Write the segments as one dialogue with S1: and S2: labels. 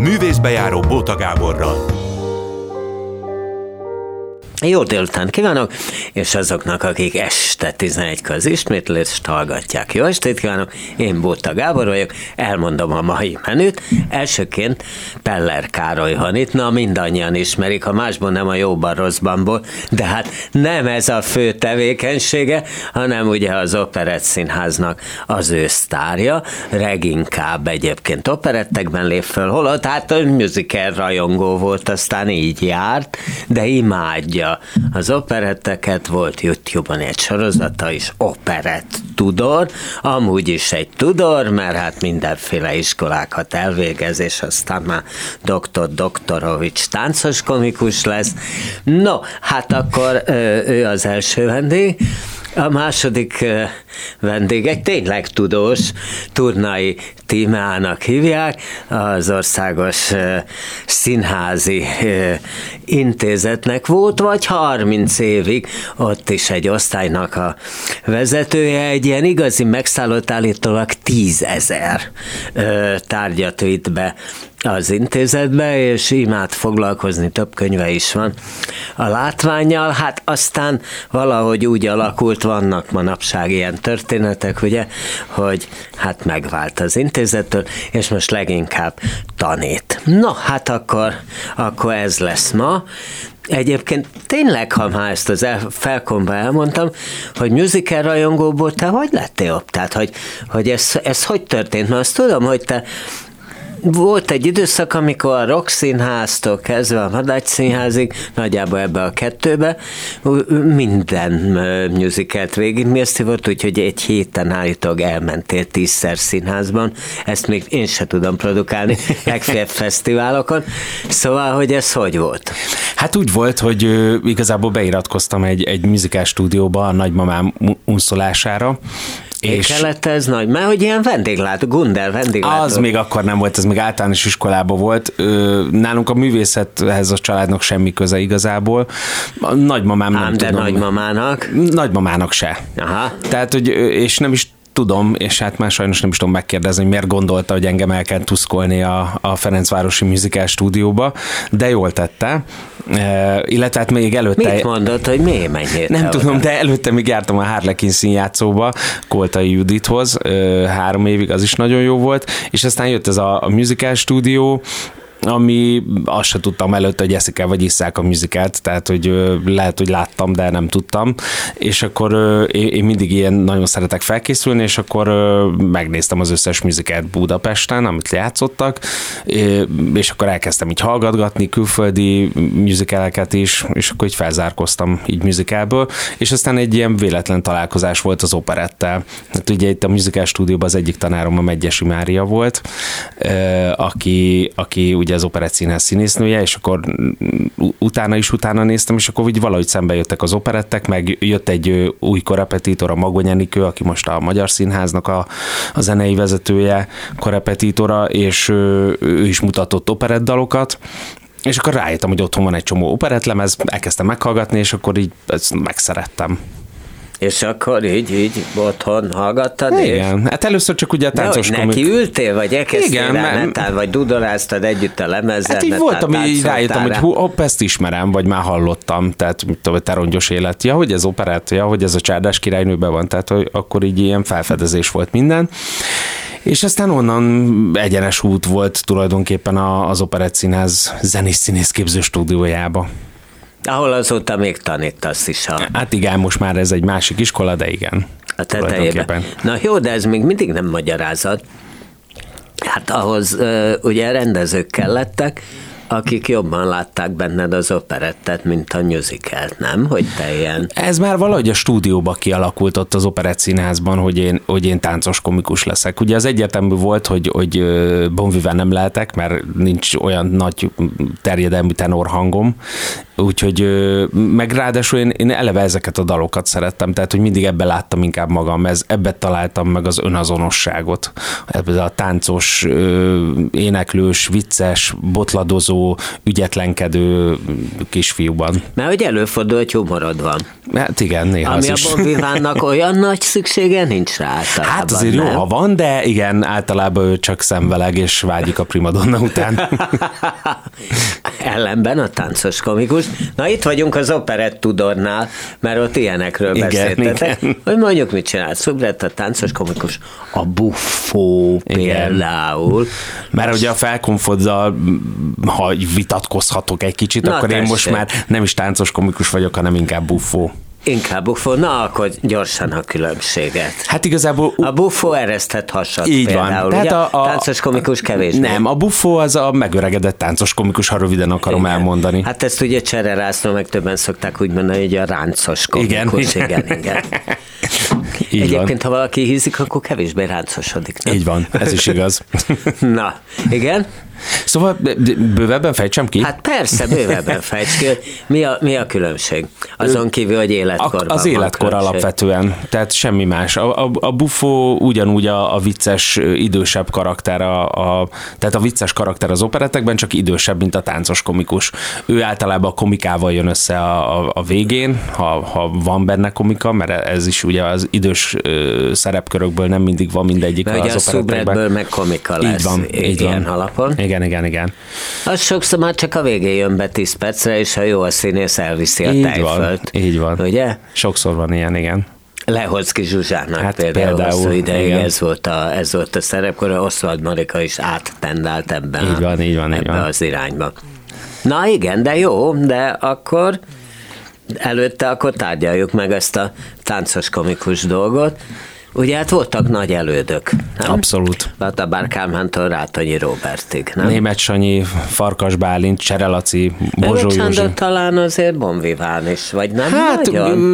S1: Művészbejáró Bóta Gáborral.
S2: Jó délután kívánok, és azoknak, akik este 11-kor az ismétlést hallgatják. Jó estét kívánok, én Bóta Gábor vagyok, elmondom a mai menüt. Elsőként Peller Károly van itt, na mindannyian ismerik, ha másból nem a jóban rosszbanból, de hát nem ez a fő tevékenysége, hanem ugye az Operett Színháznak az ő sztárja, leginkább egyébként operettekben lép föl, holott hát a musical rajongó volt, aztán így járt, de imádja az operetteket, volt YouTube-on egy sorozata is, Operett Tudor, amúgy is egy tudor, mert hát mindenféle iskolákat elvégez, és aztán már Doktorovics táncos komikus lesz. No, hát akkor ő az első vendég. A második vendég egy tényleg tudós, Turnai Tímeának hívják, az Országos Színházi Intézetnek volt, vagy 30 évig, ott is egy osztálynak a vezetője, egy ilyen igazi megszállott, állítólag 10 000 tárgyat vitt be az intézetbe, és imád foglalkozni, több könyve is van a látvánnyal. Hát aztán valahogy úgy alakult, vannak manapság ilyen történetek, ugye, hogy hát megvált az intézettől, és most leginkább tanít. No, hát akkor ez lesz ma. Egyébként tényleg, ha már ezt az felkomba elmondtam, hogy musical rajongóból te hogy lettél ott? Tehát, hogy ez hogy történt? Mert azt tudom, hogy te volt egy időszak, amikor a Rock Színháztól kezdve a Madács Színházig, nagyjából ebbe a kettőbe, minden musicalt végignéztél volt, úgyhogy egy héten állítólag elmentél 10-szer színházban, ezt még én se tudom produkálni, legfeljebb fesztiválokon. Szóval, hogy ez hogy volt?
S3: Hát úgy volt, hogy igazából beiratkoztam egy musical stúdióba a nagymamám unszolására.
S2: Kellett ez nagy, mert hogy ilyen vendéglátó.
S3: Az még akkor nem volt, ez még általános iskolában volt. Nálunk a művészethez a családnak semmi köze igazából. A nagymamám nem tudom.
S2: De nagymamának?
S3: Nagymamának se.
S2: Aha.
S3: Tehát, hogy, és nem is tudom, és hát már sajnos nem is tudom megkérdezni, hogy miért gondolta, hogy engem el kell tuszkolni a Ferencvárosi Musical stúdióba, de jól tette. Illetve hát még előtte...
S2: Mit mondott, hogy miért menjél?
S3: Nem tudom, de előtte még jártam a Harlekin színjátszóba, Koltai Judithoz, 3 évig, az is nagyon jó volt, és aztán jött ez a musical stúdió, ami azt se tudtam előtte, hogy eszik el, vagy isszák a musicalt, tehát hogy lehet, hogy láttam, de nem tudtam, és akkor én mindig ilyen nagyon szeretek felkészülni, és akkor megnéztem az összes musicalt Budapesten, amit játszottak, és akkor elkezdtem így hallgatgatni külföldi musicaleket is, és akkor így felzárkoztam így musicalből, és aztán egy ilyen véletlen találkozás volt az operettel. Hát ugye itt a musical stúdióban az egyik tanárom a Medgyessy Mária volt, aki ugye az Operett Színház színésznője, és akkor utána néztem, és akkor úgy valahogy szembe jöttek az operettek, meg jött egy új korepetitor, a Magony Enikő, aki most a Magyar Színháznak a zenei vezetője, korepetitora, és ő is mutatott operettdalokat, és akkor rájöttem, hogy otthon van egy csomó operettlemez, elkezdtem meghallgatni, és akkor így ezt megszerettem.
S2: És akkor így otthon hallgattad?
S3: Igen, hát először csak ugye a táncos
S2: komik... neki ültél, vagy elkezdtél rá netán, vagy dudoráztad együtt a lemezzel?
S3: Hát így voltam, így rájöttem, hogy hopp, ezt ismerem, vagy már hallottam, tehát Terongyos élet, ja, hogy ez operett, ja, hogy ez a Csárdás királynőben van, tehát hogy akkor így ilyen felfedezés volt minden. És aztán onnan egyenes út volt tulajdonképpen az Operett Színház zenész-színészképző stúdiójába.
S2: Ahol azóta még tanítasz is.
S3: Hát igen, most már ez egy másik iskola, de igen.
S2: A tetejében. Na jó, de ez még mindig nem magyarázat. Hát ahhoz ugye rendezők kellettek, akik jobban látták benned az operettet, mint a musicalt, nem? Hogy te ilyen...
S3: Ez már valahogy a stúdióba kialakult ott az Operett Színházban, hogy én táncos komikus leszek. Ugye az egyértelmű volt, hogy Bon Vivant nem lehetek, mert nincs olyan nagy terjedelmű tenorhangom, Úgyhogy meg ráadásul én eleve ezeket a dalokat szerettem, tehát hogy mindig ebbe láttam inkább magam, ebbe találtam meg az önazonosságot. Ebben a táncos, éneklős, vicces, botladozó, ügyetlenkedő kisfiúban.
S2: Mert hogy előfordul, hogy humorod van.
S3: Hát igen, néha
S2: ami
S3: is.
S2: A Bon Vivantnak olyan nagy szüksége nincs rá általában.
S3: Hát azért jó, ha van, de igen, általában ő csak szenveleg és vágyik a primadonna után.
S2: Ellenben a táncos komikus. Na itt vagyunk az Operett Tudornál, mert ott ilyenekről beszéltetek. Hogy mondjuk mit csinál Szubrett, a táncos komikus, a Buffó például.
S3: Mert ugye a Felkonfoddal, ha vitatkozhatok egy kicsit, akkor én most már nem is táncos komikus vagyok, hanem inkább Buffó.
S2: Inkább Buffó, na akkor gyorsan a különbséget.
S3: Hát igazából...
S2: A Buffó ereszthet hasad
S3: így
S2: például.
S3: Van. Tehát
S2: a táncos komikus kevésbé.
S3: Nem, a Buffó az a megöregedett táncos komikus, ha röviden akarom elmondani.
S2: Hát ezt ugye Cserer László, meg többen szokták úgy mondani, hogy a ráncos komikus. Igen. Egyébként, ha valaki hízik, akkor kevésbé ráncosodik. Nem?
S3: Így van, ez is igaz.
S2: Na, igen?
S3: Szóval bővebben fejtsem ki?
S2: Hát persze, bővebben fejts ki. Mi a különbség? Azon kívül, hogy életkorban
S3: az életkor alapvetően, tehát semmi más. A Buffó ugyanúgy a vicces, idősebb karakter, tehát a vicces karakter az operettekben, csak idősebb, mint a táncos komikus. Ő általában a komikával jön össze a végén, ha van benne komika, mert ez is ugye az idős szerepkörökből nem mindig van mindegyik az operettekben.
S2: Ugye a Szubrettből meg komika lesz.
S3: Így van,
S2: ilyen alapon.
S3: Igen.
S2: Az sokszor már csak a végén jön be 10 percre, és ha jó a színész, elviszi a tejfölt.
S3: Így van.
S2: Ugye?
S3: Sokszor van ilyen, igen.
S2: Lehoczky Zsuzsának hát például hosszú ideig ez volt a szerepkor, Oswald Marika is átpendált ebben az irányba. Na igen, de jó, de akkor előtte akkor tárgyaljuk meg ezt a táncos komikus dolgot. Ugye hát voltak nagy elődök, nem?
S3: Abszolút.
S2: Latabár Kálmántól Rátonyi Róbertig, nem?
S3: Németh Sanyi, Farkas Bálint, Csere Laci, Bozsó Józsi.
S2: Sándor talán azért Bon Vivant is, vagy nem?
S3: Hát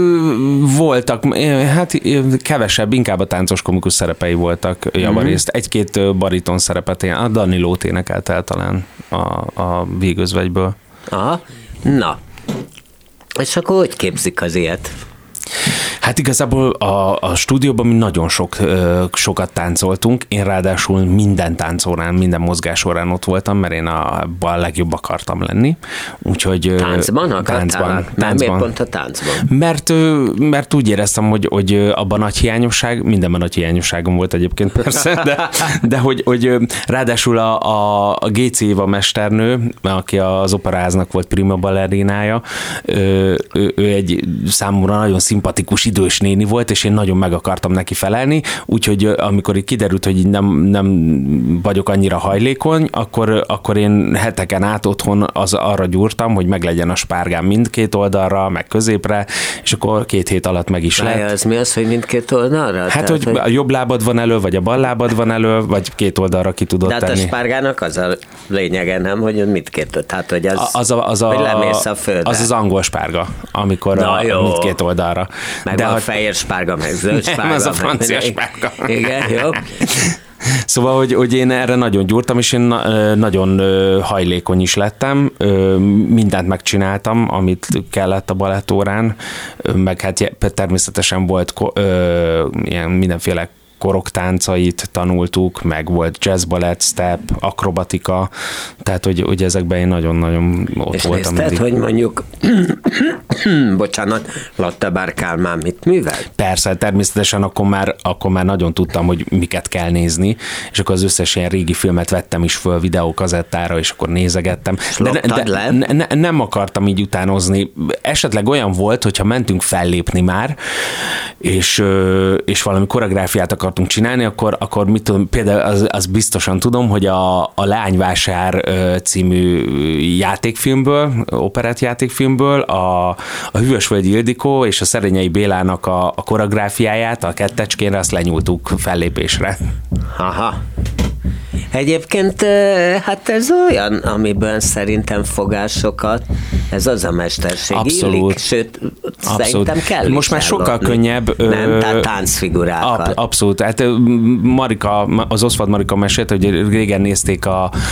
S3: voltak, hát kevesebb, inkább a táncos komikus szerepei voltak javarészt. Egy-két bariton szerepet, a Danilót énekelt el talán a Vígözvegyből.
S2: Aha, na. És akkor hogy képzik az ilyet?
S3: Hát igazából a stúdióban mi nagyon sokat táncoltunk, én ráadásul minden táncórán, minden mozgásórán ott voltam, mert én a legjobb akartam lenni. Úgyhogy
S2: táncban. Miért pont a táncban?
S3: Mert úgy éreztem, hogy abban nagy hiányosság, mindenben nagy hiányosságom volt egyébként persze, de hogy ráadásul a G.C. Éva mesternő, aki az operaháznak volt prima balerinája, ő egy számomra nagyon szimpatikus idős néni volt, és én nagyon meg akartam neki felelni, úgyhogy amikor így kiderült, hogy így nem vagyok annyira hajlékony, akkor én heteken át otthon arra gyúrtam, hogy meglegyen a spárgám mindkét oldalra, meg középre, és akkor 2 hét alatt meg is lett.
S2: Ez mi az, hogy mindkét oldalra?
S3: Hát, tehát, hogy a jobb lábad van elő, vagy a bal lábad van elő, vagy 2 oldalra ki tudod tenni.
S2: De hát a spárgának az a lényege, nem, hogy mindkét, tehát hogy hogy lemész a földre.
S3: Az angol spárga, amikor mindkét oldalra.
S2: Meg de a fehér spárga, meg zöld spárga.
S3: Nem, az a francia spárga.
S2: Igen, jó.
S3: Szóval, hogy én erre nagyon gyúrtam, és én nagyon hajlékony is lettem, mindent megcsináltam, amit kellett a balettórán, meg hát természetesen volt ilyen mindenféle koroktáncait tanultuk, meg volt jazz, balett, step, akrobatika, tehát hogy ezekben én nagyon-nagyon ott és voltam. És
S2: nézted, hogy mondjuk bocsánat, Latabár Kálmán mit művel?
S3: Persze, természetesen akkor már nagyon tudtam, hogy miket kell nézni, és akkor az összes ilyen régi filmet vettem is föl videókazettára, és akkor nézegettem. De nem akartam így utánozni. Esetleg olyan volt, hogyha mentünk fellépni már, és valami koreográfiát akartunk csinálni, akkor mit tudom, például az biztosan tudom, hogy a Leányvásár című játékfilmből, operett játékfilmből a Hűvösvölgyi Ildikó és a Szerényei Bélának a koreográfiáját a Kettecskénre azt lenyúltuk fellépésre.
S2: Aha. Egyébként, hát ez olyan, amiben szerintem fogásokat, ez az a mesterség.
S3: Abszolút.
S2: Illik, sőt, szerintem kell.
S3: Most már sokkal könnyebb.
S2: Nem, tehát táncfigurákat.
S3: Abszolút. Hát Marika, az Oswald Marika mesélt, hogy régen nézték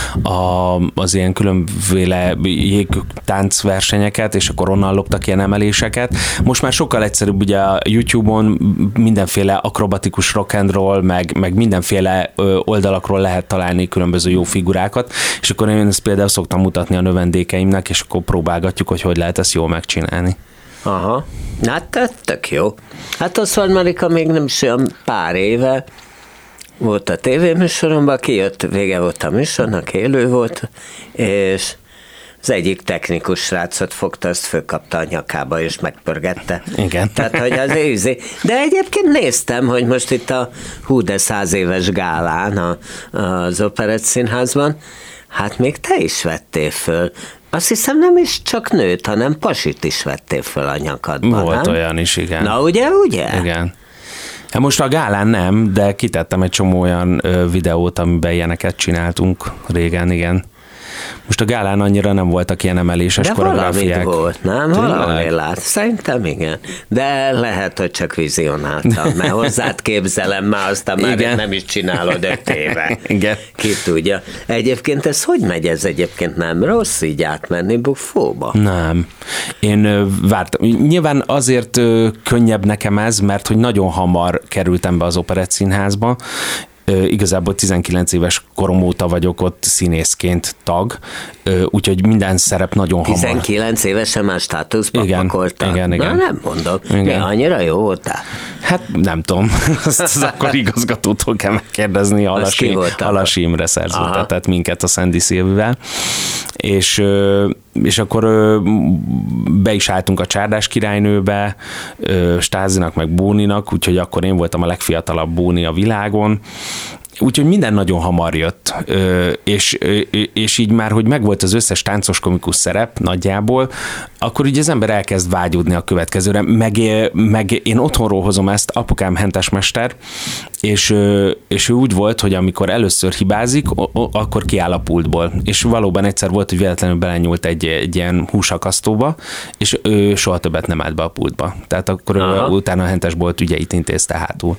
S3: az ilyen különféle jégtáncversenyeket, és akkor onnan loptak ilyen emeléseket. Most már sokkal egyszerűbb, ugye a YouTube-on mindenféle akrobatikus rock and roll, meg mindenféle oldalakról lehet találni különböző jó figurákat, és akkor én ezt például szoktam mutatni a növendékeimnek, és akkor próbálgatjuk, hogy lehet ezt jól megcsinálni.
S2: Aha, hát tök jó. Hát Oswald Marika még nem is olyan pár éve volt a tévéműsoromban, kijött, vége volt a műsornak, élő volt, és az egyik technikus srácot fogta, azt fölkapta a nyakába, és megpörgette.
S3: Igen.
S2: Tehát, hogy az őzi. De egyébként néztem, hogy most itt a 100 éves gálán az Operett Színházban, hát még te is vettél föl. Azt hiszem nem is csak nőt, hanem pasit is vettél föl a nyakadban,
S3: Volt
S2: nem?
S3: olyan is, igen.
S2: Na ugye?
S3: Igen. Hát most a gálán nem, de kitettem egy csomó olyan videót, amiben ilyeneket csináltunk régen, igen. Most a gálán annyira nem voltak ilyen emeléses koreográfiák.
S2: De volt, nem? Valahol lát. Szerintem igen. De lehet, hogy csak vizionáltam, mert hozzád képzelem már, aztán már nem is csinálod 5 éve.
S3: Igen.
S2: Ki tudja. Egyébként ez hogy megy? Ez egyébként nem rossz így átmenni Buffóba?
S3: Nem. Én vártam. Nyilván azért könnyebb nekem ez, mert hogy nagyon hamar kerültem be az Operett Színházba. Igazából 19 éves korom óta vagyok ott színészként tag, úgyhogy minden szerep nagyon hamar.
S2: 19 évesen már státuszba pakoltad?
S3: Igen.
S2: Na, nem mondom. Igen. Annyira jó voltál?
S3: Hát nem tudom. Azt akkor igazgatótól kell megkérdezni. Alasi Imre szerződtetett minket a Sandy Szilvivel. És akkor be is álltunk a Csárdás királynőbe, Stázinak meg Bóninak, úgyhogy akkor én voltam a legfiatalabb Bóni a világon. Úgyhogy minden nagyon hamar jött, és így már, hogy megvolt az összes táncos komikus szerep nagyjából, akkor így az ember elkezd vágyódni a következőre, meg én otthonról hozom ezt, apukám hentesmester, és ő úgy volt, hogy amikor először hibázik, akkor kiáll a pultból. És valóban egyszer volt, hogy véletlenül belenyúlt egy ilyen húsakasztóba, és ő soha többet nem állt be a pultba. Tehát akkor utána a hentesbolt ügyeit intézte hátul.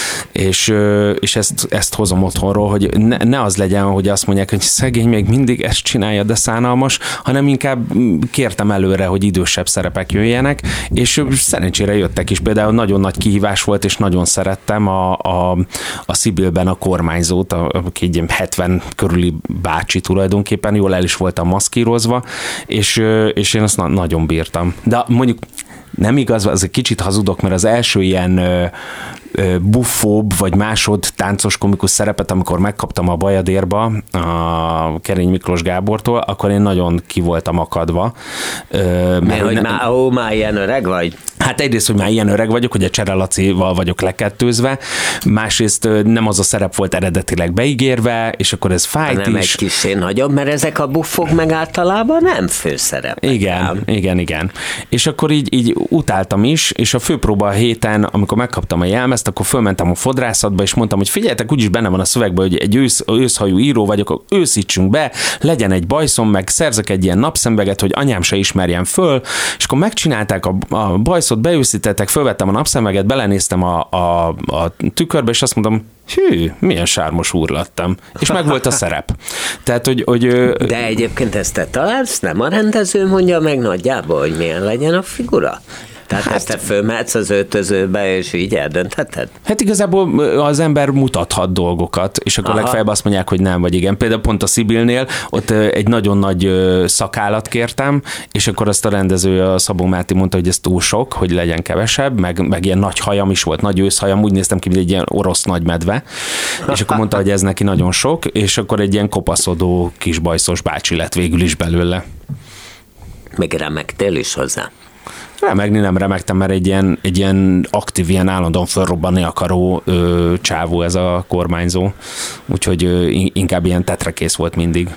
S3: És ezt hozom otthonról, hogy ne az legyen, hogy azt mondják, hogy szegény még mindig ezt csinálja, de szánalmas, hanem inkább kértem előre, hogy idősebb szerepek jöjjenek, és szerencsére jöttek is. Például nagyon nagy kihívás volt, és nagyon szerettem a Szibilben a kormányzót, aki egy 70 körüli bácsi tulajdonképpen, jól el is voltam maszkírozva, és én azt nagyon bírtam. De mondjuk nem igaz, az egy kicsit hazudok, mert az első ilyen buffóbb vagy másod táncos komikus szerepet, amikor megkaptam a Bajadérba a Kerény Miklós Gábortól, akkor én nagyon ki voltam akadva.
S2: Mert hogy már ilyen öreg vagy?
S3: Hát egyrészt, hogy már ilyen öreg vagyok, hogy a Csere Lacival vagyok lekettőzve, másrészt nem az a szerep volt eredetileg beígérve, és akkor ez fájt is.
S2: Nem egy kicsi nagyobb, mert ezek a buffok meg általában nem főszerepek.
S3: Igen. És akkor így utáltam is, és a főpróba héten, amikor megkaptam a jelmezt, akkor fölmentem a fodrászatba, és mondtam, hogy figyeljetek, úgyis benne van a szövegben, hogy egy őszhajú író vagyok, akkor őszítsünk be, legyen egy bajszom, meg szerzek egy ilyen napszemüveget, hogy anyám se ismerjen föl, és akkor megcsinálták a bajszot, beőszítettek, fölvettem a napszemüveget, belenéztem a tükörbe, és azt mondom, hű, milyen sármos úr lettem. És meg volt a szerep. Tehát, hogy
S2: De egyébként ezt te találsz, nem a rendező mondja meg nagyjából, hogy milyen legyen a figura? Tehát ezt te fölmehetsz az öltözőbe, és így eldöntheted?
S3: Hát igazából az ember mutathat dolgokat, és akkor legfeljebb azt mondják, hogy nem, vagy igen. Például pont a Szibilnél ott egy nagyon nagy szakállat kértem, és akkor azt a rendező, a Szabó Máté mondta, hogy ez túl sok, hogy legyen kevesebb, meg ilyen nagy hajam is volt, nagy őszhajam, úgy néztem ki, mint egy ilyen orosz nagy medve, és akkor mondta, hogy ez neki nagyon sok, és akkor egy ilyen kopaszodó kis bajszos bácsi lett végül is belőle.
S2: Még remegtél is hozzá?
S3: Remegni nem remegtem, mert egy ilyen aktív, ilyen állandóan fölrobbanni akaró csávó ez a kormányzó. Úgyhogy inkább ilyen tetrekész volt mindig.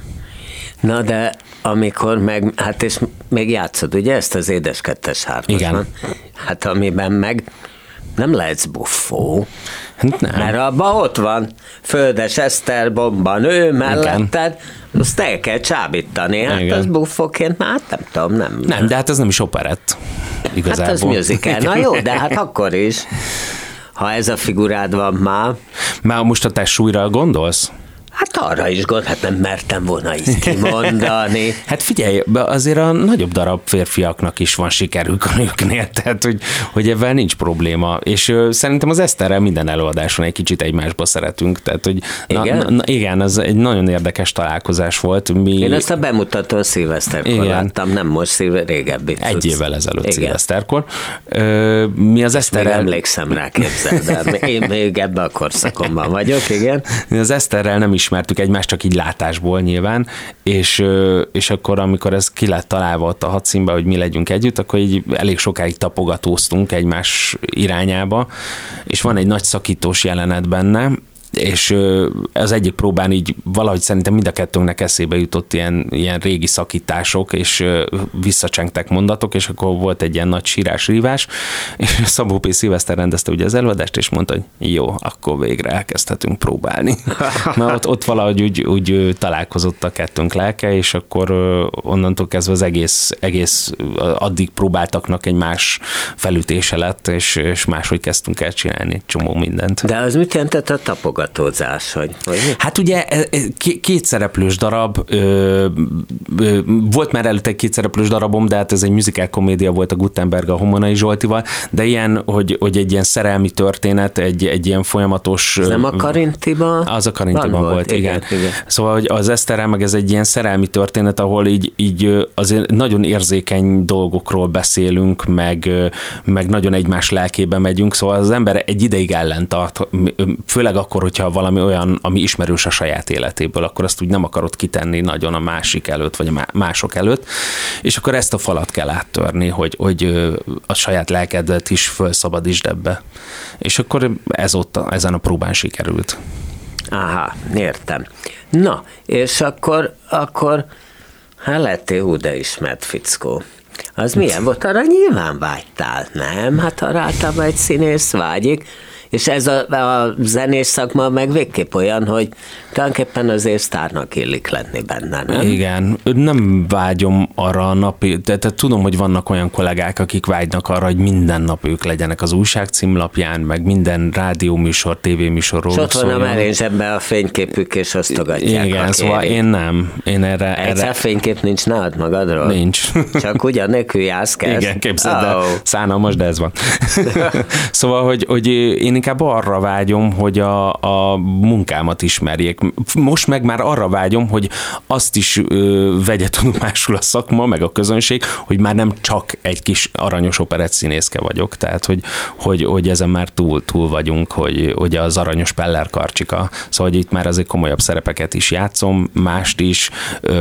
S2: Na de amikor hát és még játszod, ugye ezt az Édes Kettes 3-asban?
S3: Igen.
S2: Hát amiben meg nem lehetsz buffó.
S3: Nem.
S2: Mert abban ott van Földes Eszter bombanő melletted, azt el kell csábítani. Hát
S3: Igen.
S2: az buffóként, hát nem tudom, nem.
S3: Nem, de hát ez nem is operett. Igazából.
S2: Hát az musical. Na jó, de hát akkor is. Ha ez a figurád van már.
S3: Már most a testsúlyra gondolsz?
S2: Hát arra is hát nem mertem volna így kimondani.
S3: Hát figyelj, azért a nagyobb darab férfiaknak is van sikerük a nőknél, tehát hogy ebben nincs probléma. És szerintem az Eszterrel minden előadáson egy kicsit egymásba szeretünk. Tehát, hogy
S2: Igen?
S3: Igen, az egy nagyon érdekes találkozás volt.
S2: Én ezt a bemutatón szilveszterkor láttam, nem most, régebbi.
S3: Egy évvel ezelőtt
S2: igen.
S3: Szilveszterkor. Mi az Eszterrel...
S2: Még emlékszem rá, képzeld el. Én még ebben a korszakomban vagyok, igen.
S3: Mi az Eszterrel nem ismertük egymást, csak így látásból nyilván, és akkor, amikor ez ki lett találva ott a hadszínben, hogy mi legyünk együtt, akkor így elég sokáig tapogatóztunk egymás irányába, és van egy nagy szakítós jelenet benne, és az egyik próbán így valahogy szerintem mind a kettőnknek eszébe jutott ilyen régi szakítások, és visszacsengtek mondatok, és akkor volt egy ilyen nagy sírás-rívás, és Szabó P. Szilveszter rendezte ugye az előadást, és mondta, hogy jó, akkor végre elkezdhetünk próbálni. Mert ott valahogy úgy találkozott a kettőnk lelke, és akkor onnantól kezdve az egész addig próbáltaknak egy más felütése lett, és máshogy kezdtünk el csinálni egy csomó mindent.
S2: De az mit jelentett a tapogatózás? Hogy
S3: Hát ugye kétszereplős darab, volt már előtte egy kétszereplős darabom, de hát ez egy musical komédia volt a Gutenberg a Homonai Zsoltival, de ilyen, hogy egy ilyen szerelmi történet, egy ilyen folyamatos...
S2: Ez nem a Karintiban?
S3: Az a Karintiban volt, igen. Szóval hogy az Eszterrel meg ez egy ilyen szerelmi történet, ahol így azért nagyon érzékeny dolgokról beszélünk, meg nagyon egymás lelkébe megyünk, szóval az ember egy ideig ellentart, főleg akkor, hogyha valami olyan, ami ismerős a saját életéből, akkor azt úgy nem akarod kitenni nagyon a másik előtt, vagy a mások előtt, és akkor ezt a falat kell áttörni, hogy a saját lelkedet is felszabadítsd ebbe. És akkor ezen a próbán sikerült.
S2: Aha, értem. Na, és akkor hát lettél de ismert fickó. Az milyen volt? Arra nyilván vágytál, nem? Hát arra általában egy színész vágyik, és ez a zenés szakma meg végképp olyan, hogy tulajdonképpen azért sztárnak illik lenni benne, nem?
S3: Igen, nem vágyom arra a napi, tehát tudom, hogy vannak olyan kollégák, akik vágynak arra, hogy minden nap ők legyenek az újság címlapján, meg minden rádióműsor, tévéműsorról.
S2: És ott van a mellén zsebben a fényképük, és osztogatják.
S3: Igen, szóval én nem. Én erre...
S2: Egyszer fénykép nincs nálad magadról?
S3: Nincs.
S2: Csak ugyanélkül jászkálsz?
S3: Igen, képzeld el. Szánalmas, de ez van. Szóval, hogy én inkább arra vágyom, hogy a munkámat ismerjék. Most meg már arra vágyom, hogy azt is vegye tudomásul a szakma, meg a közönség, hogy már nem csak egy kis aranyos operett színészke vagyok, tehát hogy ezen már túl vagyunk, hogy az aranyos Peller Karcsika. Szóval, hogy itt már azért komolyabb szerepeket is játszom, mást is,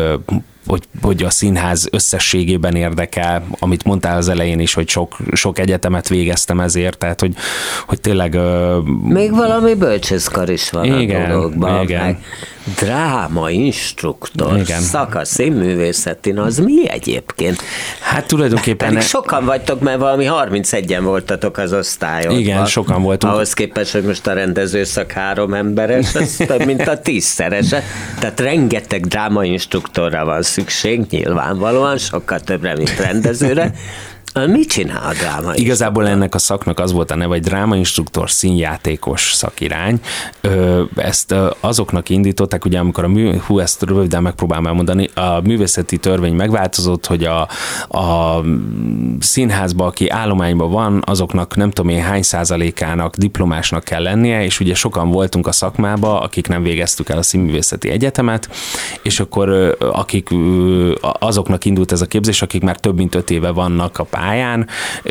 S3: hogy a színház összességében érdekel, amit mondtál az elején is, hogy sok egyetemet végeztem ezért, tehát hogy tényleg...
S2: Még valami bölcsészkar is van
S3: igen,
S2: a dologban.
S3: igen.
S2: Meg dráma instruktor,
S3: Igen.
S2: szakasz, színművészetin, az mi egyébként?
S3: Hát tulajdonképpen...
S2: Pedig sokan vagytok, mert valami 31-en voltatok az osztályon.
S3: Igen, sokan voltunk.
S2: Ahhoz képest, hogy most a rendezőszak 3 emberes, az több, mint a 10-szerese. Tehát rengeteg drámainstruktorra van szükség, nyilvánvalóan, sokkal többre, mint rendezőre. Mit csinál a dráma?
S3: Igazából ennek a szaknak az volt a neve, hogy drámainstruktor színjátékos szakirány. Ezt azoknak indították, ugye amikor ezt röviden megpróbálom elmondani, a művészeti törvény megváltozott, hogy a színházban, aki állományban van, azoknak nem tudom én hány százalékának diplomásnak kell lennie, és ugye sokan voltunk a szakmába, akik nem végeztük el a színművészeti egyetemet, és akkor azoknak indult ez a képzés, akik már több mint 5 éve vannak a pályán,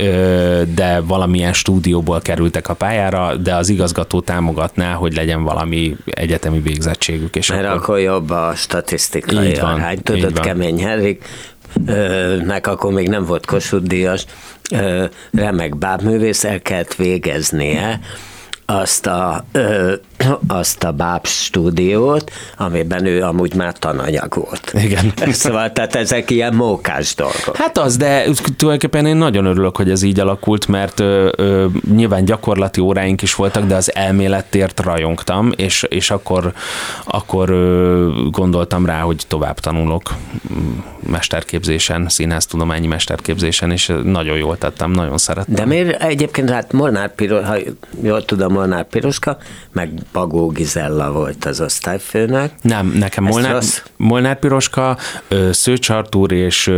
S3: de valamilyen stúdióból kerültek a pályára, de az igazgató támogatná, hogy legyen valami egyetemi végzettségük. És
S2: mert akkor jobb a statisztikai arány. Tudod, Kemény Henrik, nek akkor még nem volt Kossuth-díjas, remek bábművész, el kellett végeznie azt a Báb stúdiót, amiben ő amúgy már tananyag volt.
S3: Igen.
S2: Szóval, tehát ezek ilyen mókás dolgok.
S3: Hát az, de tulajdonképpen én nagyon örülök, hogy ez így alakult, mert nyilván gyakorlati óráink is voltak, de az elméletért rajongtam, és akkor gondoltam rá, hogy tovább tanulok mesterképzésen, színháztudományi mesterképzésen, és nagyon jól tettem, nagyon szerettem.
S2: De miért egyébként, hát Molnár Piroska, ha jól tudom, Molnár Piroska, meg Bagó Gizella volt az osztályfőnök.
S3: Nem, nekem Molnár Piroska, Szőcs Artúr és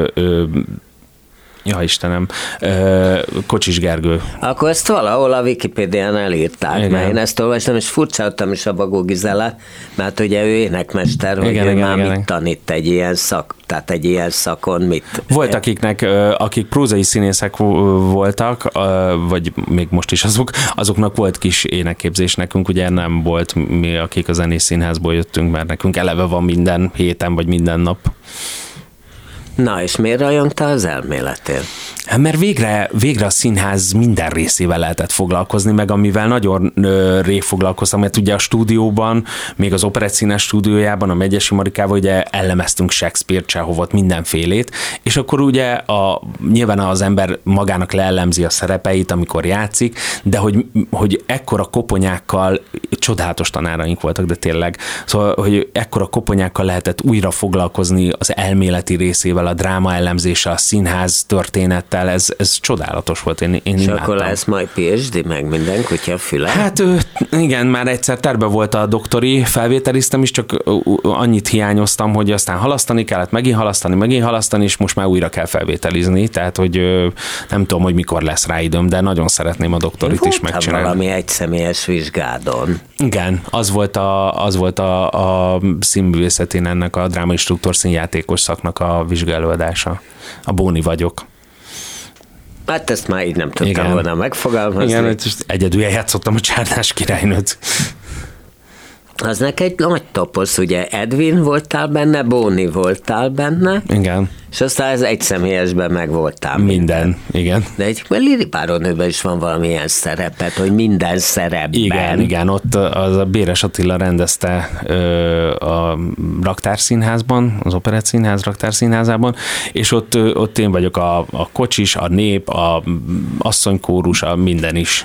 S3: ja Istenem, Kocsis Gergő.
S2: Akkor ezt valahol a Wikipédián elírták, igen. Mert én ezt olvastam, és furcsáltam is a Bagó Gizellát, mert ugye ő énekmester, hogy igen, ő igen, már igen. Mit tanít egy ilyen tehát egy ilyen szakon mit?
S3: Volt akik prózai színészek voltak, vagy még most is azoknak volt kis énekképzés, nekünk ugye nem volt, mi akik a Zenés Színházból jöttünk, mert nekünk eleve van minden héten, vagy minden nap.
S2: Na, és miért rajongtál az elméletért?
S3: Mert végre a színház minden részével lehetett foglalkozni, meg amivel nagyon rég foglalkoztam, mert ugye a stúdióban, még az Operettszínház stúdiójában, a Megyesi Marikával ugye elemeztünk Shakespeare, Csehovot, mindenfélét, és akkor ugye nyilván az ember magának leellemzi a szerepeit, amikor játszik, de hogy ekkora koponyákkal, csodálatos tanáraink voltak, de tényleg, szóval, hogy ekkora koponyákkal lehetett újra foglalkozni az elméleti részével, a dráma elemzéssel, a színház történettel, ez csodálatos volt. Én
S2: és imádtam. Akkor lesz majd PhD, meg minden kutya füle?
S3: Hát igen, már egyszer terve volt a doktori, felvételiztem is, csak annyit hiányoztam, hogy aztán halasztani kellett, megint halasztani, és most már újra kell felvételizni, tehát hogy nem tudom, hogy mikor lesz rá időm, de nagyon szeretném a doktorit is megcsinálni.
S2: Valami egyszemélyes vizsgádon.
S3: Igen, az volt a színművészetén ennek a drámainstruktor színjátékos szaknak a vizsgálódása. A Bóni vagyok.
S2: Hát ezt már így nem tudtam volna megfogalmazni.
S3: Igen, egyedül játszottam a Csárdás királynőt.
S2: Az neked egy nagy toposz, ugye Edwin voltál benne, Bóni voltál benne.
S3: Igen.
S2: És aztán ez egyszemélyesben meg voltál.
S3: Minden, igen.
S2: De egy Lili Páronőben is van valamilyen szerepet, hogy minden szerepben.
S3: Igen, ott az a Béres Attila rendezte a Raktárszínházban, az Operettszínház Raktárszínházában, és ott én vagyok a Kocsis, a Nép, a Asszonykórus, a minden is.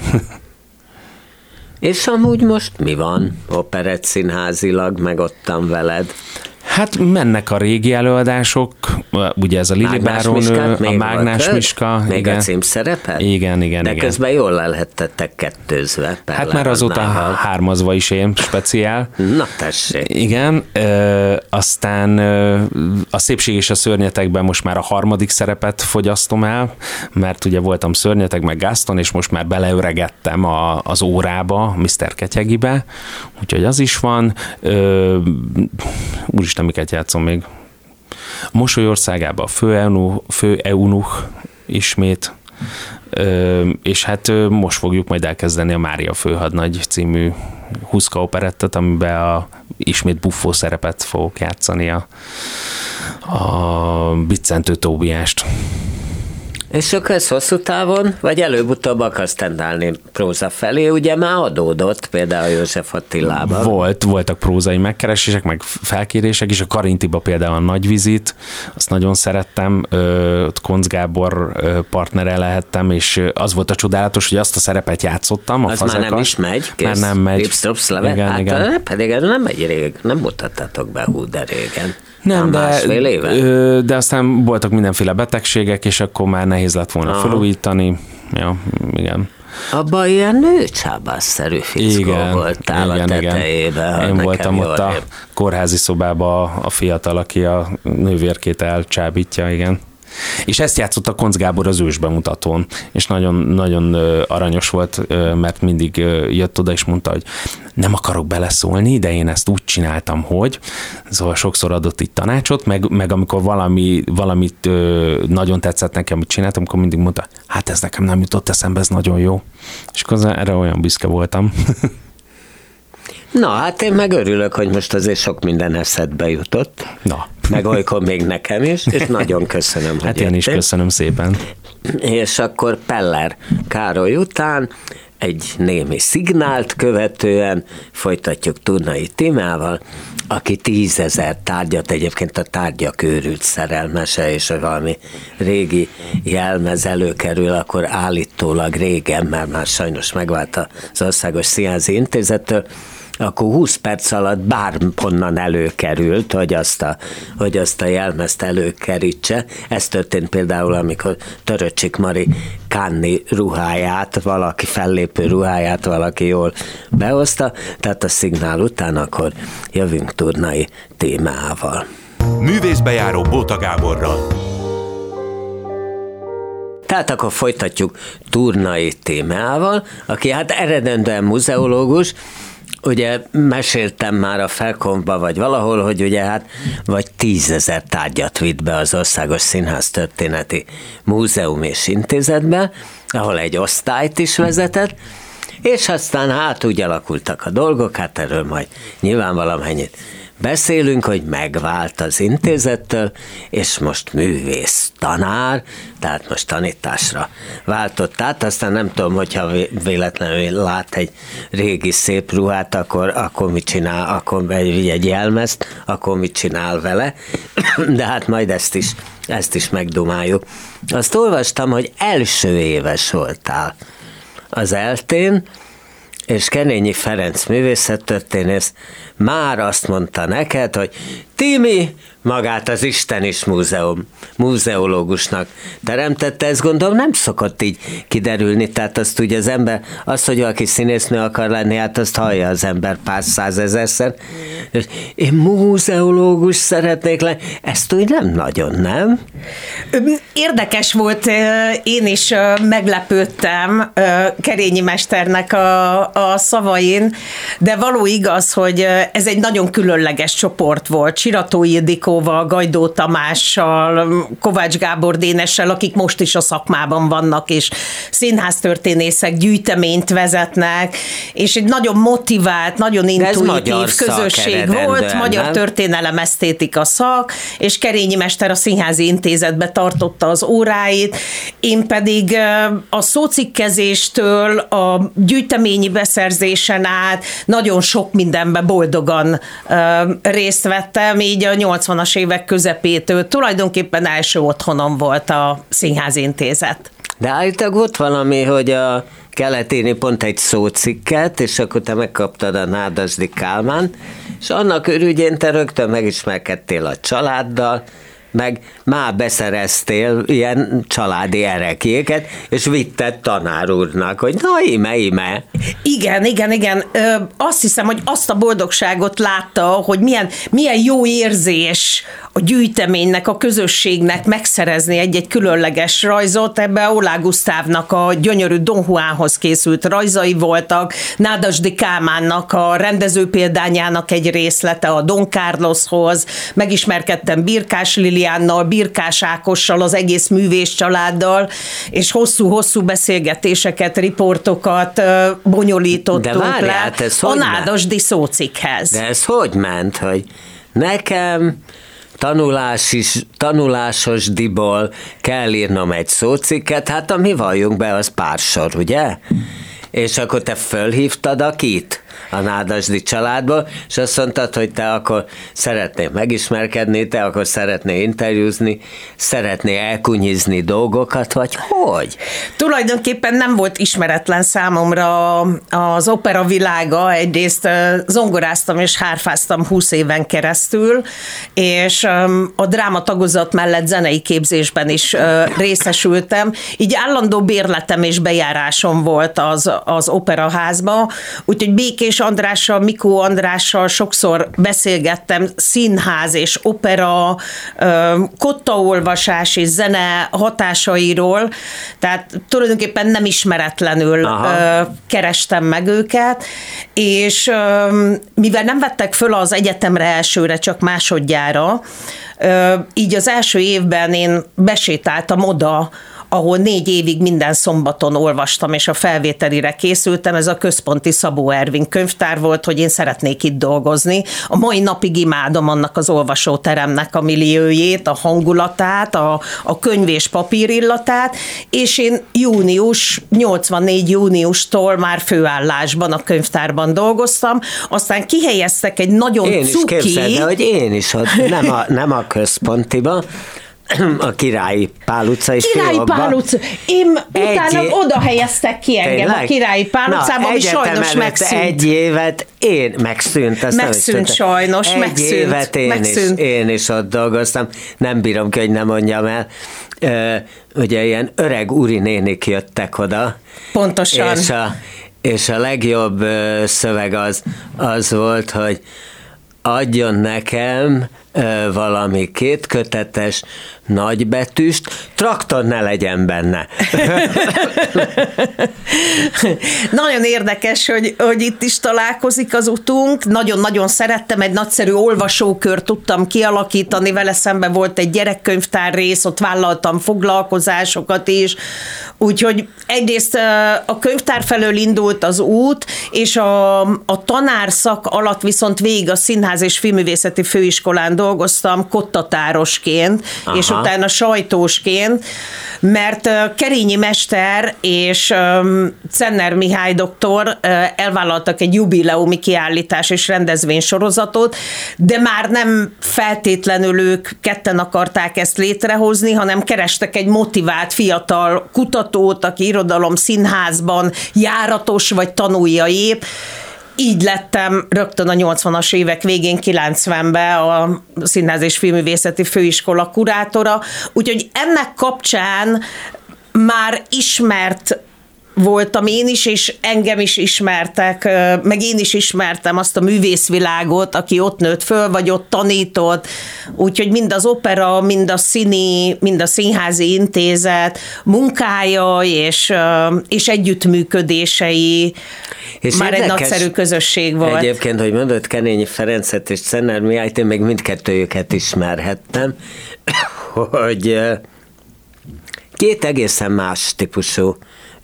S2: És amúgy most mi van operettszínházilag, meg ottan veled?
S3: Hát mennek a régi előadások, ugye ez a Lili Báronő, a Mágnás Miska.
S2: Még
S3: igen.
S2: A címszerepet?
S3: Igen.
S2: De közben jól le lehettettek kettőzve.
S3: Hát már azóta hármazva is én speciál.
S2: Na tessék.
S3: Igen, aztán a Szépség és a szörnyetekben most már a harmadik szerepet fogyasztom el, mert ugye voltam szörnyeteg meg Gaston, és most már beleöregettem az órába, Mr. Ketyegibe, úgyhogy az is van. Úristen, miket játszom még. A Mosoly országában a fő eunuch ismét, és hát most fogjuk majd elkezdeni a Mária főhadnagy című Huszka operettet, amiben ismét buffó szerepet fogok játszani a Biccentő Tóbiást.
S2: És akkor ez hosszú távon, vagy előbb-utóbb akarsz tendálni próza felé? Ugye már adódott például József Attilában.
S3: Voltak prózai megkeresések, meg felkérések is. A Karintiba például a Nagyvizit, azt nagyon szerettem. Koncz Gábor partnere lehettem, és az volt a csodálatos, hogy azt a szerepet játszottam.
S2: Az már nem is megy? Kész.
S3: Már nem megy.
S2: Igen. Pedig ez nem megy rég. Nem mutattátok be de régen.
S3: Nem, de aztán voltak mindenféle betegségek, és akkor már nehéz lett volna felújítani. Ja, igen.
S2: Abban ilyen nőcsábásszerű fickó voltál a tetejében.
S3: Én voltam ott a kórházi szobában a fiatal, aki a nővérkét elcsábítja, igen. És ezt játszott a Koncz Gábor az ősbemutatón, és nagyon, nagyon aranyos volt, mert mindig jött oda és mondta, hogy nem akarok beleszólni, de én ezt úgy csináltam, hogy szóval sokszor adott itt tanácsot, meg amikor valamit nagyon tetszett nekem, amit csináltam, akkor mindig mondta, hát ez nekem nem jutott eszembe, ez nagyon jó. És akkor erre olyan büszke voltam.
S2: Na, hát én meg örülök, hogy most azért sok minden eszedbe jutott.
S3: Na.
S2: Meg olykor még nekem is, és nagyon köszönöm, hogy
S3: hát én is köszönöm szépen.
S2: És akkor Peller Károly után egy némi szignált követően folytatjuk Turnai Tímával, aki 10 000 tárgyat, egyébként a tárgyak őrült szerelmese, és valami régi jelmez előkerül, akkor állítólag régen, mert már sajnos megvált az Országos Színházi Intézettől, akkor 20 perc alatt bárhonnan előkerült, hogy azt a jelmezt előkerítse. Ez történt például, amikor Töröcsik Mari Kanni ruháját, valaki fellépő ruháját valaki jól behozta, tehát a szignál után akkor jövünk Turnai Tímával.
S1: Művészbejáró Bóta Gáborral.
S2: Tehát akkor folytatjuk Turnai Tímával, aki hát eredendően muzeológus. Ugye meséltem már a Felkonfba, vagy valahol, hogy ugye hát vagy 10 000 tárgyat vitt be az Országos Színház Történeti Múzeum és Intézetbe, ahol egy osztályt is vezetett, és aztán hát úgy alakultak a dolgok, hát erről majd nyilván valamennyit beszélünk, hogy megvált az intézettől, és most művész tanár, tehát most tanításra váltott át, aztán nem tudom, hogyha véletlenül lát egy régi szép ruhát, akkor mit csinál, akkor egy jelmezt, akkor mit csinál vele, de hát majd ezt is megdumáljuk. Azt olvastam, hogy első éves voltál az ELTÉn, és Kerényi Ferenc művészettörténész már azt mondta neked, hogy Timi magát az Isten is múzeológusnak teremtette, ez gondolom nem szokott így kiderülni, tehát azt ugye az ember, az, hogy valaki színésznő akar lenni, hát azt hallja az ember pár százezerszer, és én múzeológus szeretnék lenni, ezt úgy nem nagyon, nem?
S4: Érdekes volt, én is meglepődtem Kerényi mesternek a szavain, de való igaz, hogy ez egy nagyon különleges csoport volt, Sirató Ildikóval, Gajdó Tamással, Kovács Gábor Dénessel, akik most is a szakmában vannak, és színháztörténészek gyűjteményt vezetnek, és egy nagyon motivált, nagyon intuitív közösség volt, magyar történelem esztétika szak, és Kerényi mester a Színházi Intézetbe tartotta az óráit, én pedig a szócikkezéstől a gyűjteményi beszerzésen át nagyon sok mindenben boldogan részt vettem, így a 80-as évek közepétől tulajdonképpen első otthonom volt a Színházi Intézet.
S2: De állítólag volt valami, hogy a Keletini pont egy szócikket, és akkor te megkaptad a Nádasdy Kálmán, és annak örügyén te rögtön megismerkedtél a családdal, meg már beszereztél ilyen családi erekjéket, és vitted tanár úrnak, hogy na íme.
S4: Igen. Azt hiszem, hogy azt a boldogságot látta, hogy milyen jó érzés a gyűjteménynek, a közösségnek megszerezni egy különleges rajzot. Ebbe Olá Gusztávnak a gyönyörű Don Juanhoz készült rajzai voltak, Nádasdy Kálmánnak a rendező példányának egy részlete a Don Carloshoz, megismerkedtem Birkás Liliánnal, Birkás Ákossal, az egész művész családdal, és hosszú-hosszú beszélgetéseket, riportokat bonyolítottunk le a Nádasdy szócikkhez.
S2: De ez hogy ment, hogy nekem tanulásosdiból kell írnom egy szócikket, hát a mi valljunk be, az pár sor, ugye? És akkor te fölhívtad a Kit a Nádasdy családból, és azt mondtad, hogy te akkor szeretnél megismerkedni, te akkor szeretnél interjúzni, szeretnél elkunyizni dolgokat, vagy hogy?
S4: Tulajdonképpen nem volt ismeretlen számomra az opera világa, egyrészt zongoráztam és hárfáztam 20 éven keresztül, és a dráma tagozat mellett zenei képzésben is részesültem, így állandó bérletem és bejárásom volt az operaházba, úgyhogy Békés Andrással, Mikó Andrással sokszor beszélgettem színház és opera, kottaolvasás és zene hatásairól, tehát tulajdonképpen nem ismeretlenül kerestem meg őket, és mivel nem vettek föl az egyetemre elsőre, csak másodjára, így az első évben én besétáltam oda ahol 4 évig minden szombaton olvastam, és a felvételire készültem. Ez a Központi Szabó Ervin könyvtár volt, hogy én szeretnék itt dolgozni. A mai napig imádom annak az olvasóteremnek a milliójét, a hangulatát, a könyv és papír illatát, és én 84 júniustól már főállásban a könyvtárban dolgoztam, aztán kihelyeztek egy nagyon
S2: én
S4: cuki...
S2: Én is képzeld, hogy én is ott, nem a központiba, a Királyi Pál utcai
S4: Királyi Pál utca. Én utána oda helyeztek ki engem a Királyi Pál utcába, ami sajnos megszűnt.
S2: Egy évet én megszűnt.
S4: Megszűnt sajnos, megszűnt.
S2: Egy évet én is ott dolgoztam. Nem bírom ki, hogy nem mondjam el. Ugye ilyen öreg urinénik jöttek oda.
S4: Pontosan.
S2: És a legjobb szöveg az volt, hogy adjon nekem valami 2 kötetes nagybetűst, traktor ne legyen benne.
S4: Nagyon érdekes, hogy itt is találkozik az utunk. Nagyon-nagyon szerettem, egy nagyszerű olvasókört tudtam kialakítani, vele szemben volt egy gyerekkönyvtár rész, ott vállaltam foglalkozásokat is, úgyhogy egyrészt a könyvtár felől indult az út, és a tanárszak alatt viszont végig a Színház és Filmművészeti Főiskolán dolgoztam kottatárosként, és utána sajtósként, mert Kerényi mester és Cenner Mihály doktor elvállaltak egy jubileumi kiállítás és rendezvénysorozatot, de már nem feltétlenül ők ketten akarták ezt létrehozni, hanem kerestek egy motivált fiatal kutatót, aki irodalom színházban járatos vagy tanulja épp. Így lettem rögtön a 80-as évek végén, 90-ben a Színház és Filmművészeti Főiskola kurátora, úgyhogy ennek kapcsán már ismert voltam én is, és engem is ismertek, meg én is ismertem azt a művészvilágot, aki ott nőtt föl, vagy ott tanított, úgyhogy mind az opera, mind a színi, mind a színházi intézet munkája és együttműködései és már egy nagyszerű közösség volt.
S2: Egyébként, hogy mondod Kerényi Ferencet és Cenner Mihályt, én még mindkettőjüket ismerhettem, hogy 2 egészen más típusú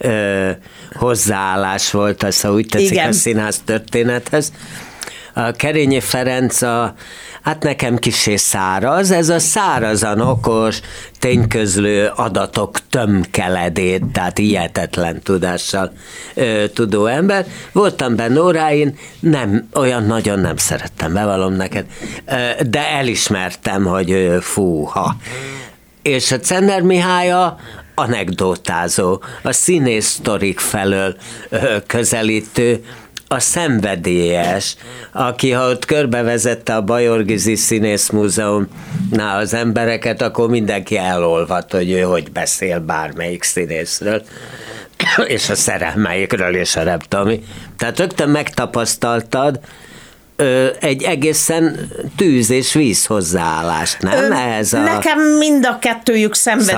S2: hozzáállás volt, az, ha úgy tetszik, a színház történethez. A Kerényi Ferenc hát nekem kissé száraz, ez a szárazan okos, tényközlő adatok tömkeledét, tehát hihetetlen tudással tudó ember. Voltam benne óráin, olyan nagyon nem szerettem, bevallom neked, de elismertem, hogy fúha. És a Cenner Mihály anekdotázó, a színész sztorik felől közelítő, a szenvedélyes, aki ha ott körbevezette a Bajor Gizi Színész Múzeumnál az embereket, akkor mindenki elolvadt, hogy ő hogy beszél bármelyik színészről, és a szerelmeikről, és a nem tudom. Tehát rögtön megtapasztaltad egy egészen tűz és víz hozzáállást, nem?
S4: Nekem mind a kettőjük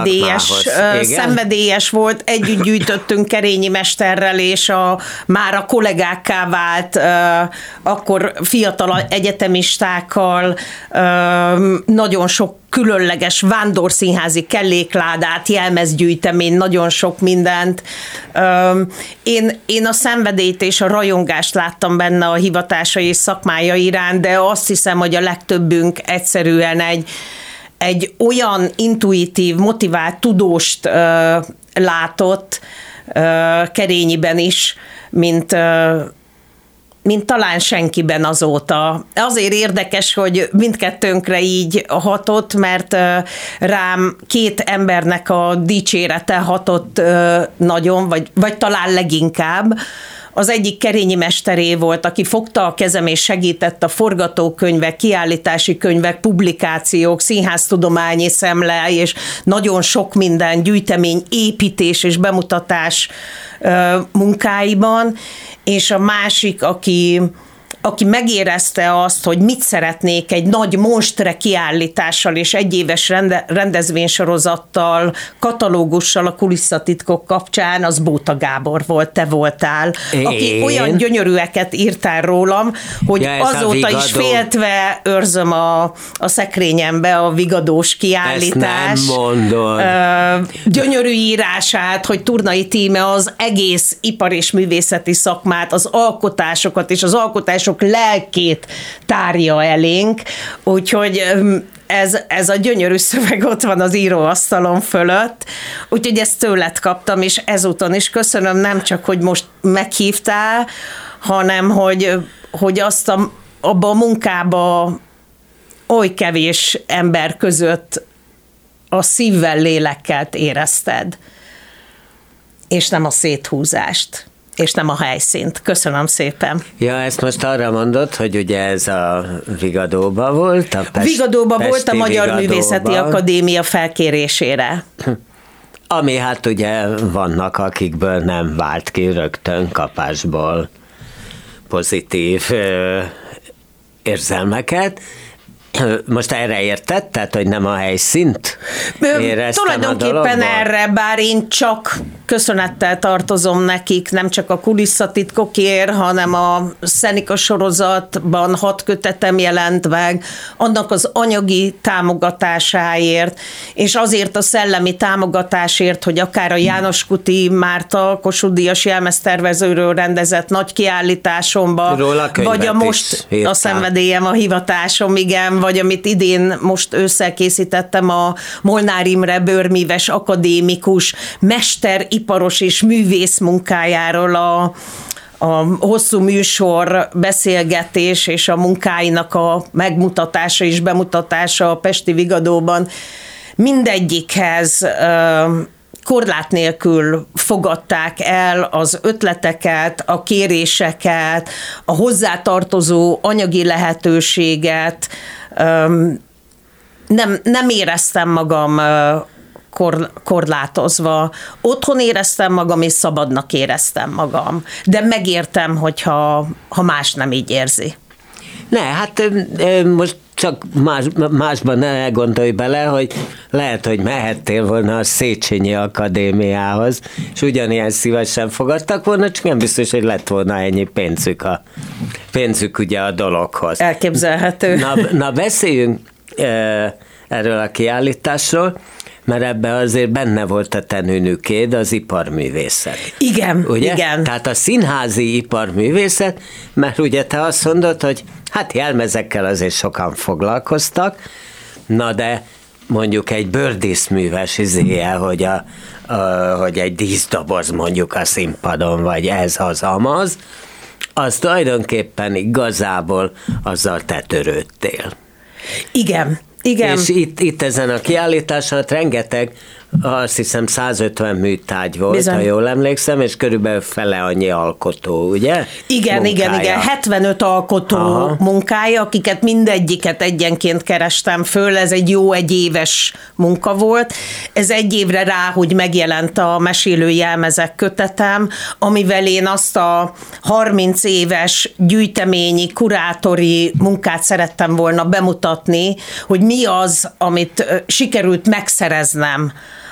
S4: szenvedélyes volt. Együtt gyűjtöttünk Kerényi mesterrel, és már a kollégákká vált, akkor fiatal egyetemistákkal, nagyon sok különleges vándorszínházi kellékládát, jelmezgyűjtemény, nagyon sok mindent. Én a szenvedélyt és a rajongást láttam benne a hivatása és szakmája iránt, de azt hiszem, hogy a legtöbbünk egyszerűen egy olyan intuitív, motivált tudóst látott Kerényiben is, mint talán senkiben azóta. Azért érdekes, hogy mindkettőnkre így hatott, mert rám 2 embernek a dicsérete hatott nagyon, vagy talán leginkább. Az egyik Kerényi mesteré volt, aki fogta a kezem és segített a forgatókönyvek, kiállítási könyvek, publikációk, színháztudományi szemle, és nagyon sok minden gyűjtemény, építés és bemutatás munkáiban, és a másik, aki aki megérezte azt, hogy mit szeretnék egy nagy monstre kiállítással és egyéves rendezvénysorozattal, katalógussal a kulisszatitkok kapcsán, az Bóta Gábor volt, te voltál, aki olyan gyönyörűeket írtál rólam, hogy azóta is féltve őrzöm a szekrényembe a vigadós kiállítás.
S2: Ezt nem mondod.
S4: Gyönyörű írását, hogy Turnai Tíme az egész ipar és művészeti szakmát, az alkotásokat és az alkotások lelkét tárja elénk, úgyhogy ez a gyönyörű szöveg ott van az íróasztalon fölött, úgyhogy ezt tőled kaptam, és ezúton is köszönöm, nem csak, hogy most meghívtál, hanem, hogy azt abba a munkába oly kevés ember között a szívvel, lélekkel érezted, és nem a széthúzást, és nem a helyszínt. Köszönöm szépen.
S2: Ja, ezt most arra mondod, hogy ugye ez a Vigadóba volt?
S4: Vigadóba volt a Magyar Művészeti Akadémia felkérésére.
S2: Ami hát ugye vannak, akikből nem vált ki rögtön kapásból pozitív érzelmeket. Most erre érted? Tehát, hogy nem a helyszínt éreztem
S4: tulajdonképpen erre, bár én csak köszönettel tartozom nekik, nem csak a kulisszatitkokért, hanem a Szenika sorozatban 6 kötetem jelent meg, annak az anyagi támogatásáért, és azért a szellemi támogatásért, hogy akár a János Kuti Márta Kossuth Díjas jelmeztervezőről rendezett nagy kiállításomba, vagy a most a szenvedélyem, a hivatásom, igen, vagy amit idén most ősszel készítettem, a Molnár Imre bőrmíves akadémikus mesteriparos és művész munkájáról a hosszú műsor beszélgetés és a munkáinak a megmutatása és bemutatása a Pesti Vigadóban. Mindegyikhez korlát nélkül fogadták el az ötleteket, a kéréseket, a hozzátartozó anyagi lehetőséget. Nem éreztem magam korlátozva. Otthon éreztem magam, és szabadnak éreztem magam. De megértem, hogyha más nem így érzi.
S2: Ne, hát most csak másban ne gondolj bele, hogy lehet, hogy mehettél volna a Széchenyi Akadémiához, és ugyanilyen szívesen fogadtak volna, csak nem biztos, hogy lett volna ennyi pénzük ugye a dologhoz.
S4: Elképzelhető.
S2: Na beszéljünk erről a kiállításról, mert ebben azért benne volt a te nőnökéd, az iparművészet.
S4: Igen,
S2: ugye?
S4: Igen.
S2: Tehát a színházi iparművészet, mert ugye te azt mondod, hogy hát jelmezekkel azért sokan foglalkoztak, na de mondjuk egy bőrdíszműves izéje, hogy egy díszdoboz mondjuk a színpadon, vagy ez az amaz, az tulajdonképpen igazából azzal te törődtél.
S4: Igen. Igen.
S2: És itt ezen a kiállításon rengeteg, azt hiszem 150 műtárgy volt, bizony, ha jól emlékszem, és körülbelül fele annyi alkotó, ugye?
S4: Igen, munkája. Igen. 75 alkotó munkája, akiket mindegyiket egyenként kerestem föl, ez egy jó egyéves munka volt. Ez egy évre rá, hogy megjelent a Mesélő jelmezek kötetem, amivel én azt a 30 éves gyűjteményi, kurátori munkát szerettem volna bemutatni, hogy mi az, amit sikerült megszereznem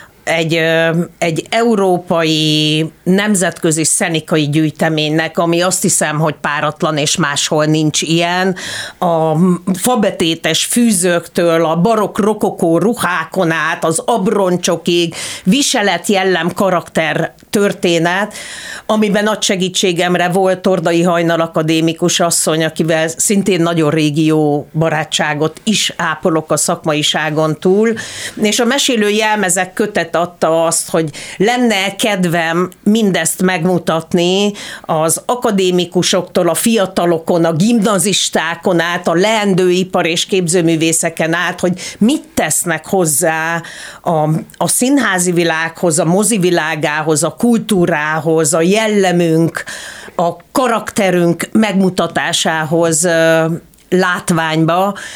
S4: egy európai nemzetközi szenikai gyűjteménynek, ami azt hiszem, hogy páratlan és máshol nincs ilyen. A fabetétes fűzőktől, a barokk rokokó ruhákon át, az abroncsokig, viselet, jellem, karakter történet, amiben nagy segítségemre volt Tordai Hajnal akadémikus asszony, akivel szintén nagyon régi jó barátságot is ápolok a szakmaiságon túl, és a Mesélő jelmezek kötet adta azt, hogy lenne kedvem mindezt megmutatni az akadémikusoktól, a fiatalokon, a gimnazistákon át, a leendő ipar és képzőművészeken át, hogy mit tesznek hozzá a színházi világhoz, a mozi világához, a kultúrához, a jellemünk, a karakterünk megmutatásához látványba,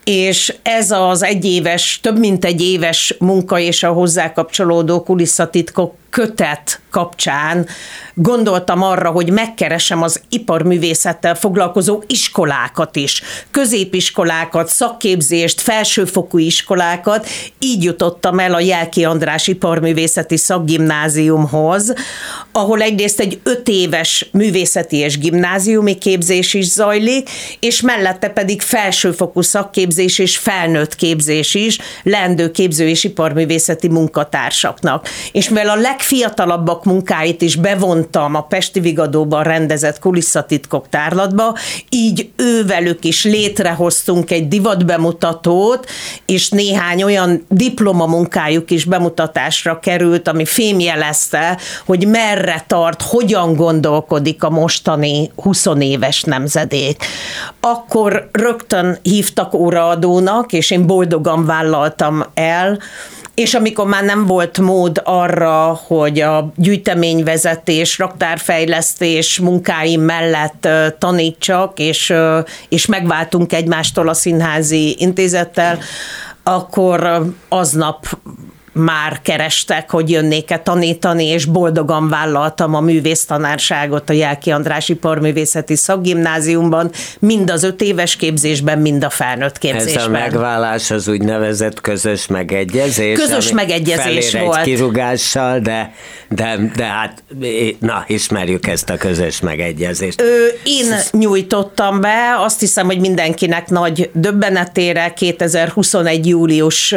S4: és ez az több mint egy éves munka és a hozzá kapcsolódó kulisszatitkok kötet kapcsán gondoltam arra, hogy megkeresem az iparművészettel foglalkozó iskolákat is, középiskolákat, szakképzést, felsőfokú iskolákat, így jutottam el a Jelki András Iparművészeti Szakgimnáziumhoz, ahol egyrészt egy 5 éves művészeti és gimnáziumi képzés is zajlik, és mellette pedig felsőfokú szakképzés és felnőtt képzés is leendő képző és iparművészeti munkatársaknak. És mivel a legfiatalabbak munkáit is bevontam a Pesti Vigadóban rendezett kulisszatitkok tárlatba, így ővelük is létrehoztunk egy divatbemutatót, és néhány olyan diplomamunkájuk is bemutatásra került, ami fémjelezte, hogy merre tart, hogyan gondolkodik a mostani 20 éves nemzedék. Akkor rögtön hívtak óraadónak, és én boldogan vállaltam el, és amikor már nem volt mód arra, hogy a gyűjteményvezetés, raktárfejlesztés munkáim mellett tanítsak, és megváltunk egymástól a Színházi Intézettel, akkor aznap már kerestek, hogy jönnék-e tanítani, és boldogan vállaltam a művésztanárságot a Jelki András Iparművészeti Szakgimnáziumban, mind az 5 éves képzésben, mind a felnőtt képzésben.
S2: Ez a megválás az úgynevezett közös megegyezés.
S4: Közös megegyezés volt.
S2: Egy kirúgással, de hát, na, ismerjük ezt a közös megegyezést.
S4: Én nyújtottam be, azt hiszem, hogy mindenkinek nagy döbbenetére 2021. július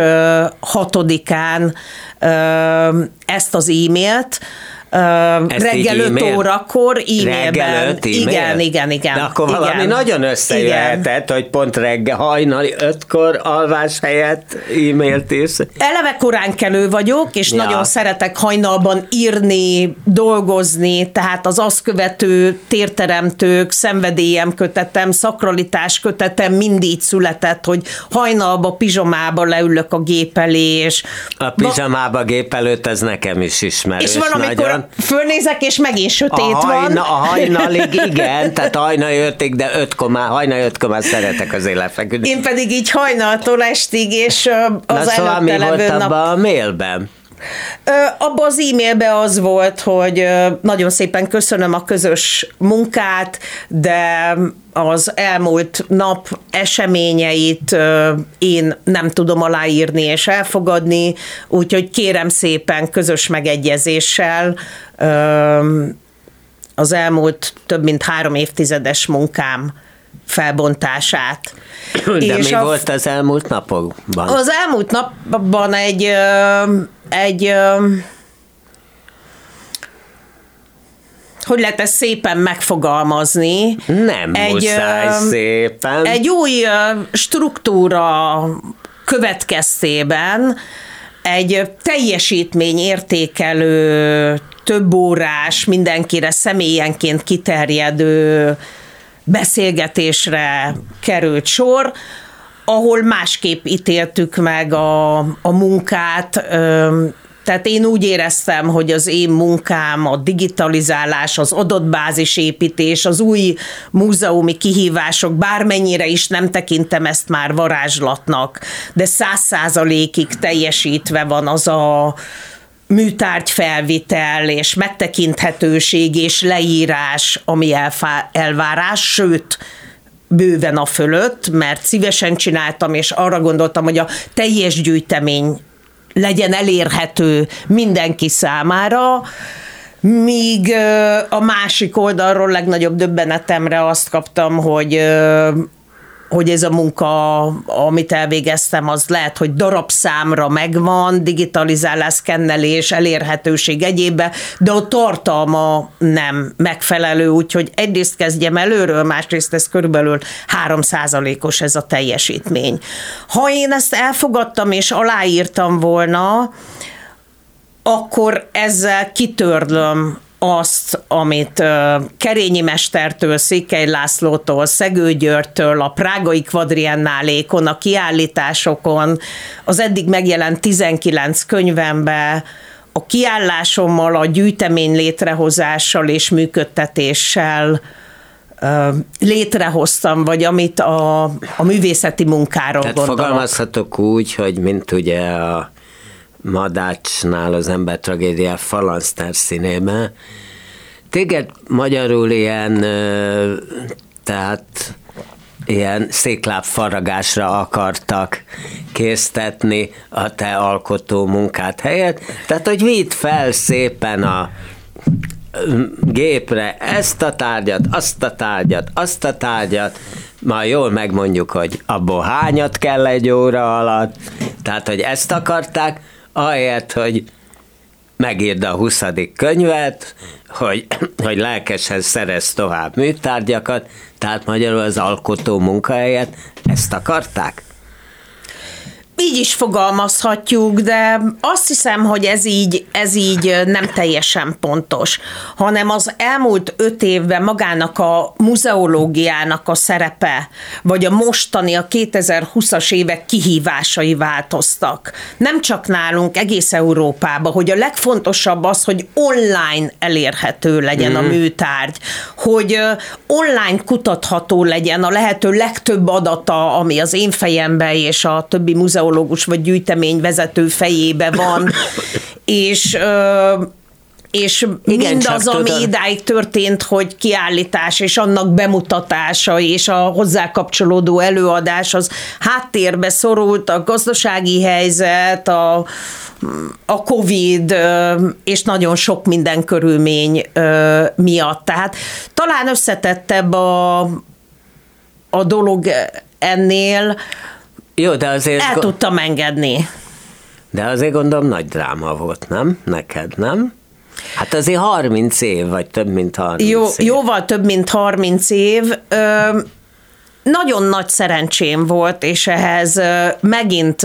S4: 6-án ezt az e-mailt, reggel 5 órakor e-mailben. Igen.
S2: De akkor valami nagyon összejöhetett, hogy pont reggel hajnali 5-kor alvás helyett e-mailt is.
S4: Eleve koránkelő vagyok, és nagyon szeretek hajnalban írni, dolgozni, tehát az azt követő térteremtők, szenvedélyem kötetem, szakralitás kötetem mind így született, hogy hajnalba, pizsomába leülök a gép elé, és...
S2: A pizsomába gép előtt ez nekem is ismerős.
S4: És valamikor fölnézek, és megint sötét van.
S2: A hajnalig, igen, tehát hajnali 5-ig, de hajnali 5-kor már szeretek azért lefeküdni.
S4: Én pedig így hajnaltól estig, és az
S2: szóval
S4: előtte levő
S2: volt
S4: nap...
S2: abban a mailben?
S4: Abban az e-mailben az volt, hogy nagyon szépen köszönöm a közös munkát, de az elmúlt nap eseményeit én nem tudom aláírni és elfogadni, úgyhogy kérem szépen közös megegyezéssel az elmúlt több mint 3 évtizedes munkám felbontását.
S2: De és mi volt az elmúlt napokban?
S4: Az elmúlt napban egy hogy lehet ezt szépen megfogalmazni?
S2: Nem muszáj szépen.
S4: Egy új struktúra következtében egy teljesítményértékelő, több órás, mindenkire személyenként kiterjedő beszélgetésre került sor, ahol másképp ítéltük meg a munkát. Tehát én úgy éreztem, hogy az én munkám, a digitalizálás, az adatbázisépítés, az új múzeumi kihívások, bármennyire is nem tekintem ezt már varázslatnak, de 100%-ig teljesítve van az a műtárgyfelvitel és megtekinthetőség és leírás, ami elvárás, sőt, bőven a fölött, mert szívesen csináltam, és arra gondoltam, hogy a teljes gyűjtemény legyen elérhető mindenki számára, míg a másik oldalról legnagyobb döbbenetemre azt kaptam, hogy ez a munka, amit elvégeztem, az lehet, hogy darabszámra megvan, digitalizálás, szkennelés, elérhetőség egyébbe, de a tartalma nem megfelelő, úgyhogy egyrészt kezdjem előről, másrészt ez körülbelül 3%-os ez a teljesítmény. Ha én ezt elfogadtam és aláírtam volna, akkor ezzel kitörlöm azt, amit Kerényi mestertől, Székely Lászlótól, Szegő Györgytől, a prágai kvadriennálékon, a kiállításokon, az eddig megjelent 19 könyvembe, a kiállásommal, a gyűjtemény létrehozással és működtetéssel létrehoztam, vagy amit a művészeti munkáról
S2: tehát
S4: gondolok.
S2: fogalmazhatok úgy, hogy mint ugye a Madácsnál az ember tragédiá Falansztár színében, téged magyarul ilyen, tehát ilyen széklábfaragásra akartak késztetni a te alkotó munkát helyett, tehát hogy vidd fel szépen a gépre ezt a tárgyat, azt a tárgyat, majd jól megmondjuk, hogy abból hányat kell egy óra alatt, tehát hogy ezt akarták, ahelyett, hogy megírd a 20. könyvet, hogy lelkesen szerez tovább műtárgyakat, tehát magyarul az alkotó munkahelyet ezt akarták?
S4: Így is fogalmazhatjuk, de azt hiszem, hogy ez így nem teljesen pontos, hanem az elmúlt 5 évben magának a muzeológiának a szerepe, vagy a mostani, a 2020-as évek kihívásai változtak. Nem csak nálunk, egész Európában, hogy a legfontosabb az, hogy online elérhető legyen a műtárgy, hogy online kutatható legyen a lehető legtöbb adata, ami az én fejemben és a többi muzeológus vagy gyűjteményvezető fejébe van, és igen, mindaz, ami idáig történt, hogy kiállítás és annak bemutatása és a hozzá kapcsolódó előadás, az háttérbe szorult, a gazdasági helyzet, a Covid és nagyon sok minden körülmény miatt. Tehát talán összetettebb a dolog ennél.
S2: Jó, de azért
S4: el tudtam engedni.
S2: De azért gondolom nagy dráma volt, nem? Neked, nem? Hát azért 30 év, vagy több mint 30 év.
S4: Jóval több mint 30 év. Nagyon nagy szerencsém volt, és ehhez megint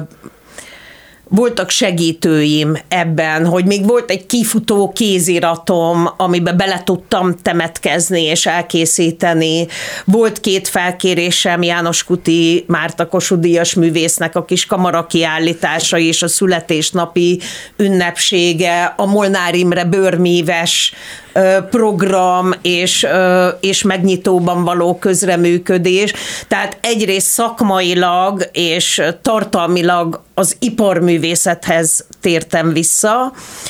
S4: voltak segítőim ebben, hogy még volt egy kifutó kéziratom, amiben bele tudtam temetkezni és elkészíteni. Volt 2 felkérésem János Kuti Márta Kossuth díjas művésznek a kis kamara kiállítása és a születésnapi ünnepsége, a Molnár Imre bőrmíves program és megnyitóban való közreműködés. Tehát egyrészt szakmailag és tartalmilag az iparművészethez tértem vissza.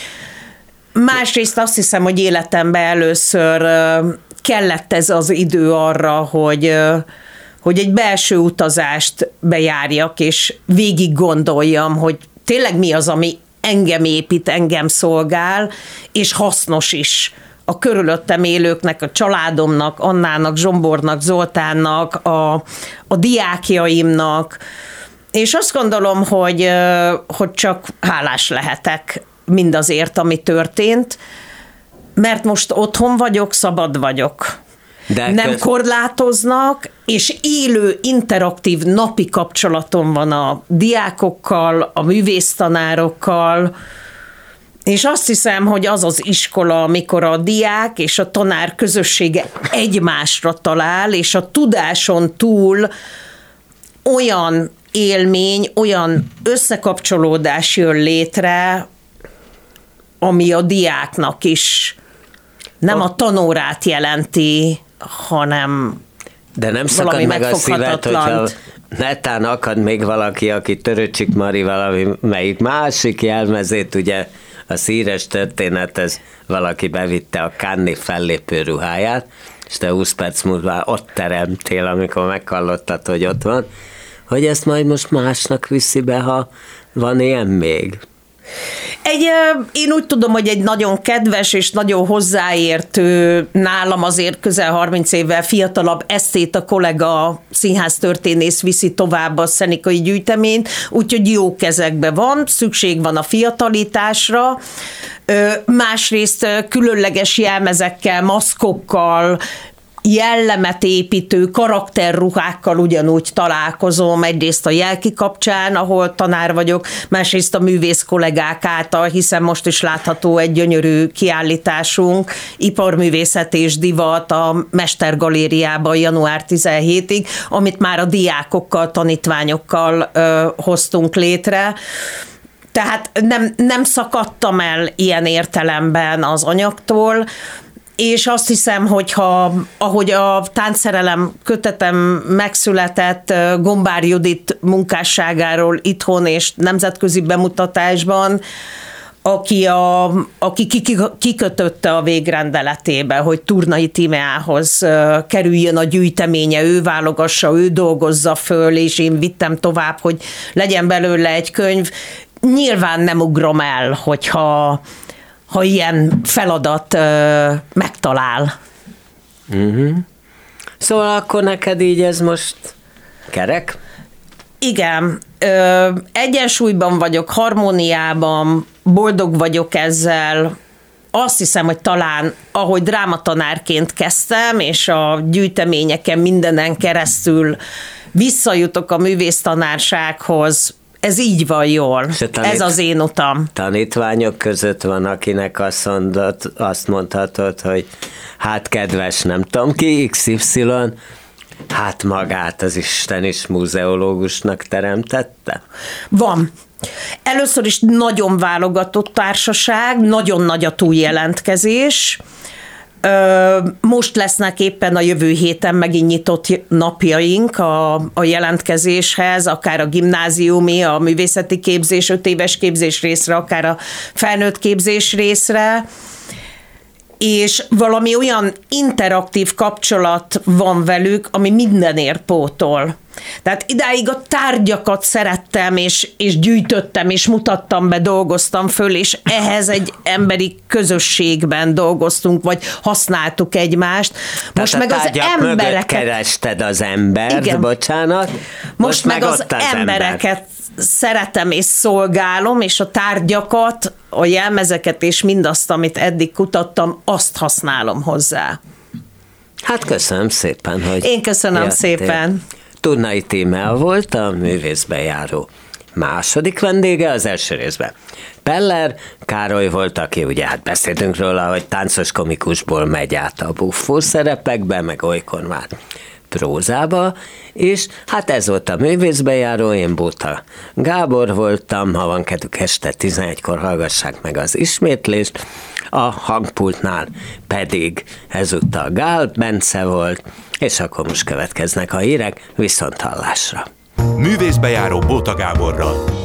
S4: Másrészt azt hiszem, hogy életemben először kellett ez az idő arra, hogy egy belső utazást bejárjak, és végig gondoljam, hogy tényleg mi az, ami engem épít, engem szolgál, és hasznos is a körülöttem élőknek, a családomnak, Annának, Zsombornak, Zoltánnak, a diákjaimnak, és azt gondolom, hogy csak hálás lehetek mindazért, ami történt, mert most otthon vagyok, szabad vagyok. Nem korlátoznak, és élő, interaktív napi kapcsolatom van a diákokkal, a művésztanárokkal, és azt hiszem, hogy az az iskola, amikor a diák és a tanár közössége egymásra talál, és a tudáson túl olyan élmény, olyan összekapcsolódás jön létre, ami a diáknak is nem a tanórát jelenti, hanem
S2: de nem szakad meg a szíved, hogyha netán akad még valaki, aki Töröcsik Mari valamelyik másik jelmezét, ugye a szíres történet, ez valaki bevitte a Cannes fellépő ruháját, és te 20 perc múlva ott teremtél, amikor meghallottad, hogy ott van, hogy ezt majd most másnak viszi be, ha van ilyen még.
S4: Én úgy tudom, hogy egy nagyon kedves és nagyon hozzáértő, nálam azért közel 30 évvel fiatalabb esztéta kollega színháztörténész viszi tovább a szenikai gyűjteményt, úgyhogy jó kezekben van, szükség van a fiatalításra, másrészt különleges jelmezekkel, maszkokkal, jellemet építő karakterruhákkal ugyanúgy találkozom, egyrészt a Jelki kapcsán, ahol tanár vagyok, másrészt a művész kollégák által, hiszen most is látható egy gyönyörű kiállításunk, iparművészet és divat a Mestergalériában január 17-ig, amit már a diákokkal, tanítványokkal hoztunk létre. Tehát nem szakadtam el ilyen értelemben az anyagtól, és azt hiszem, hogy ahogy a táncszerelem kötetem megszületett Gombár Judit munkásságáról itthon és nemzetközi bemutatásban, aki kikötötte a végrendeletébe, hogy Turnai Tímeához kerüljön a gyűjteménye, ő válogassa, ő dolgozza föl, és én vittem tovább, hogy legyen belőle egy könyv. Nyilván nem ugrom el, ha ilyen feladat megtalál.
S2: Uh-huh. Szóval akkor neked így ez most kerek?
S4: Igen. Egyensúlyban vagyok, harmóniában, boldog vagyok ezzel. Azt hiszem, hogy talán, ahogy drámatanárként kezdtem, és a gyűjteményeken mindenen keresztül visszajutok a művésztanársághoz, ez így van jól. Ez az én utam.
S2: Tanítványok között van, akinek azt mondhatod, hogy hát kedves, nem tudom ki, XY, hát magát az Isten is muzeológusnak teremtette?
S4: Van. Először is nagyon válogatott társaság, nagyon nagy a túljelentkezés. Most lesznek éppen a jövő héten megint nyitott napjaink a jelentkezéshez, akár a gimnáziumi, a művészeti képzés, 5 éves képzés részre, akár a felnőtt képzés részre, és valami olyan interaktív kapcsolat van velük, ami mindenért pótol. Tehát idáig a tárgyakat szerettem, és gyűjtöttem, és mutattam be, dolgoztam föl, és ehhez egy emberi közösségben dolgoztunk, vagy használtuk egymást.
S2: Most meg az embereket kerested az embert, igen. Bocsánat.
S4: Most meg az embereket szeretem és szolgálom, és a tárgyakat, a jelmezeket és mindazt, amit eddig kutattam, azt használom hozzá.
S2: Hát köszönöm szépen, hogy
S4: én köszönöm jöttél. Szépen.
S2: Turnai Tímea volt a művészbejáró második vendége az első részben. Peller Károly volt, aki ugye hát beszéltünk róla, hogy táncos komikusból megy át a buffó szerepekbe, meg olykor már prózába, és hát ez volt a művészbejáró, én Bóta Gábor voltam, ha van kedvük este 11-kor hallgassák meg az ismétlést, a hangpultnál pedig ezúttal Gál Bence volt, és akkor most következnek a hírek, viszonthallásra.
S1: Művészbejáró Bóta Gáborral.